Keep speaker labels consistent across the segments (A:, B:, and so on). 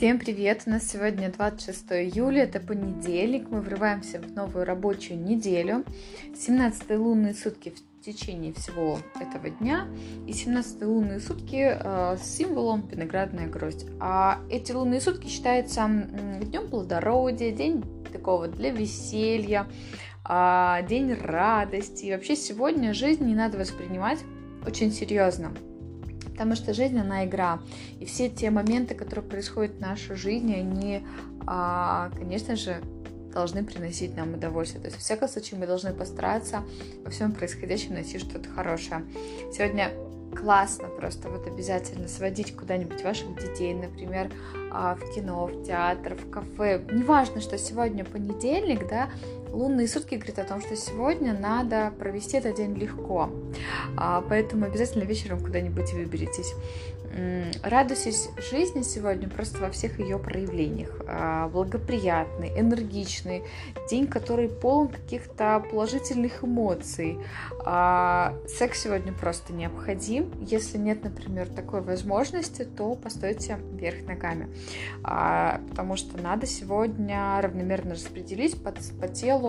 A: Всем привет! У нас сегодня 26 июля, это понедельник, мы врываемся в новую рабочую неделю. 17-е лунные сутки в течение всего этого дня и 17-е лунные сутки с символом виноградная гроздь. А эти лунные сутки считаются днем плодородия, день такого для веселья, день радости. И вообще сегодня жизнь не надо воспринимать очень серьезно. Потому что жизнь, она игра. И все те моменты, которые происходят в нашей жизни, они, конечно же, должны приносить нам удовольствие. То есть, в всяком случае, мы должны постараться во всем происходящем найти что-то хорошее. Сегодня классно просто обязательно сводить куда-нибудь ваших детей, например, в кино, в театр, в кафе. Неважно, что сегодня понедельник, да, лунные сутки говорят о том, что сегодня надо провести этот день легко. Поэтому обязательно вечером куда-нибудь выберитесь. Радуйтесь жизни сегодня просто во всех ее проявлениях. Благоприятный, энергичный, день, который полон каких-то положительных эмоций. Секс сегодня просто необходим. Если нет, например, такой возможности, то постойте вверх ногами. Потому что надо сегодня равномерно распределить по телу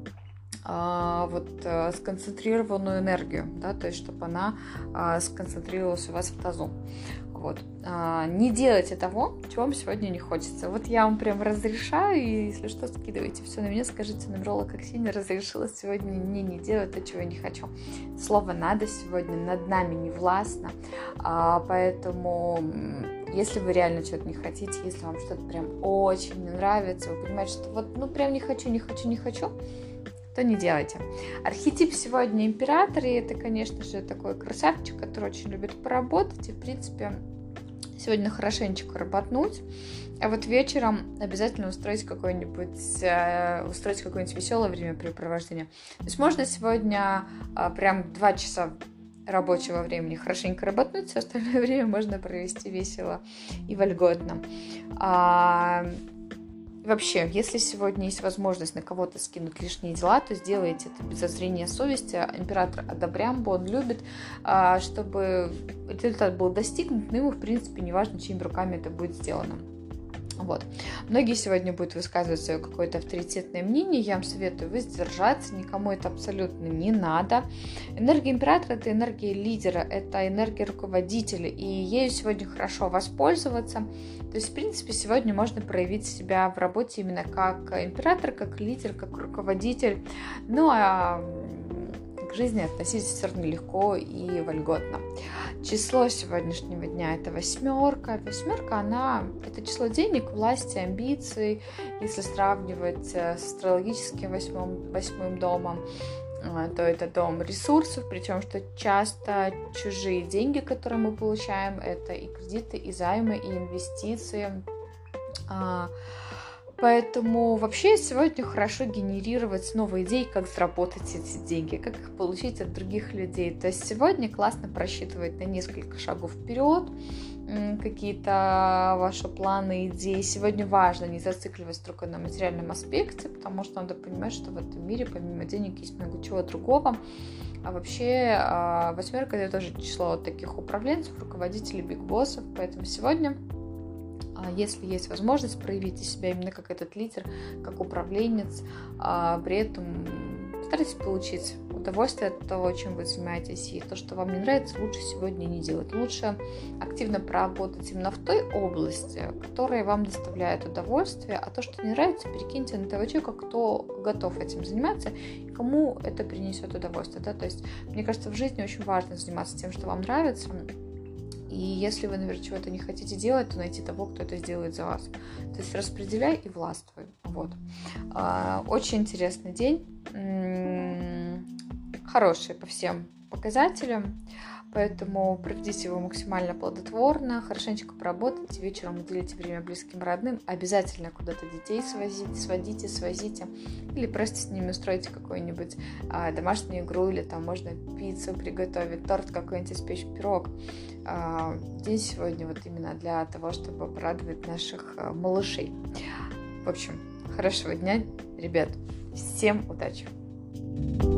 A: сконцентрированную энергию, да, то есть чтобы она сконцентрировалась у вас в тазу. Не делайте того, чего вам сегодня не хочется. Я вам прям разрешаю, и если что, скидывайте все на меня, скажите, нумеролог Аксинья разрешила сегодня мне не делать то, чего я не хочу. Слово «надо» сегодня над нами не властно, поэтому если вы реально что-то не хотите, если вам что-то прям очень не нравится, вы понимаете, что прям не хочу, то не делайте. Архетип сегодня император, и это, конечно же, такой красавчик, который очень любит поработать, и, в принципе, сегодня хорошенечко работнуть, а вечером обязательно устроить какое-нибудь веселое времяпрепровождение. То есть можно сегодня прям 2 часа рабочего времени хорошенько работнуть, все остальное время можно провести весело и вольготно. Вообще, если сегодня есть возможность на кого-то скинуть лишние дела, то сделайте это без зазрения совести. Император одобрямбо, он любит, чтобы результат был достигнут, но ему, в принципе, не важно, чьими руками это будет сделано. Многие сегодня будут высказывать свое какое-то авторитетное мнение, я вам советую воздержаться, никому это абсолютно не надо. Энергия императора – это энергия лидера, это энергия руководителя, и ею сегодня хорошо воспользоваться. То есть, в принципе, сегодня можно проявить себя в работе именно как император, как лидер, как руководитель, к жизни относиться все равно легко и вольготно. Число сегодняшнего дня – это 8. 8 это число денег, власти, амбиций. Если сравнивать с астрологическим 8 домом, то это дом ресурсов, причем что часто чужие деньги, которые мы получаем, это и кредиты, и займы, и инвестиции. Поэтому вообще сегодня хорошо генерировать новые идеи, как заработать эти деньги, как их получить от других людей. То есть сегодня классно просчитывать на несколько шагов вперед какие-то ваши планы, идеи. Сегодня важно не зацикливаться только на материальном аспекте, потому что надо понимать, что в этом мире помимо денег есть много чего другого. А вообще 8 это тоже число таких управленцев, руководителей, бигбоссов. Поэтому сегодня, если есть возможность, проявите себя именно как этот лидер, как управленец, при этом постарайтесь получить удовольствие от того, чем вы занимаетесь, и то, что вам не нравится, лучше сегодня не делать. Лучше активно поработать именно в той области, которая вам доставляет удовольствие, а то, что не нравится, перекиньте на того человека, кто готов этим заниматься, и кому это принесет удовольствие. Да? То есть, мне кажется, в жизни очень важно заниматься тем, что вам нравится. И если вы, наверное, чего-то не хотите делать, то найти того, кто это сделает за вас. То есть распределяй и властвуй. Очень интересный день. Хороший по всем показателям. Поэтому проведите его максимально плодотворно, хорошенечко поработайте, вечером уделите время близким, родным, обязательно куда-то детей свозите, или просто с ними устроите какую-нибудь домашнюю игру, или там можно пиццу приготовить, торт какой-нибудь испечь, пирог. День сегодня именно для того, чтобы порадовать наших малышей. В общем, хорошего дня, ребят, всем удачи!